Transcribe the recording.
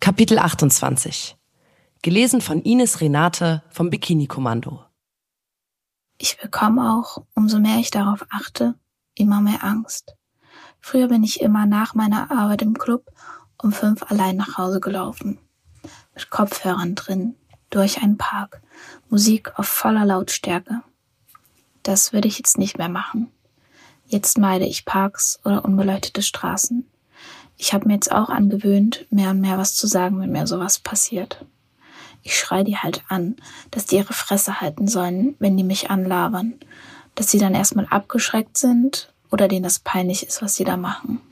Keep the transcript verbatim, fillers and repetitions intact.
Kapitel achtundzwanzig. Gelesen von Ines Renate vom Bikini-Kommando. Ich bekomme auch, umso mehr ich darauf achte, immer mehr Angst. Früher bin ich immer nach meiner Arbeit im Club um fünf allein nach Hause gelaufen. Mit Kopfhörern drin, durch einen Park, Musik auf voller Lautstärke. Das würde ich jetzt nicht mehr machen. Jetzt meide ich Parks oder unbeleuchtete Straßen. Ich habe mir jetzt auch angewöhnt, mehr und mehr was zu sagen, wenn mir sowas passiert. Ich schreie die halt an, dass die ihre Fresse halten sollen, wenn die mich anlabern. Dass sie dann erstmal abgeschreckt sind oder denen das peinlich ist, was sie da machen.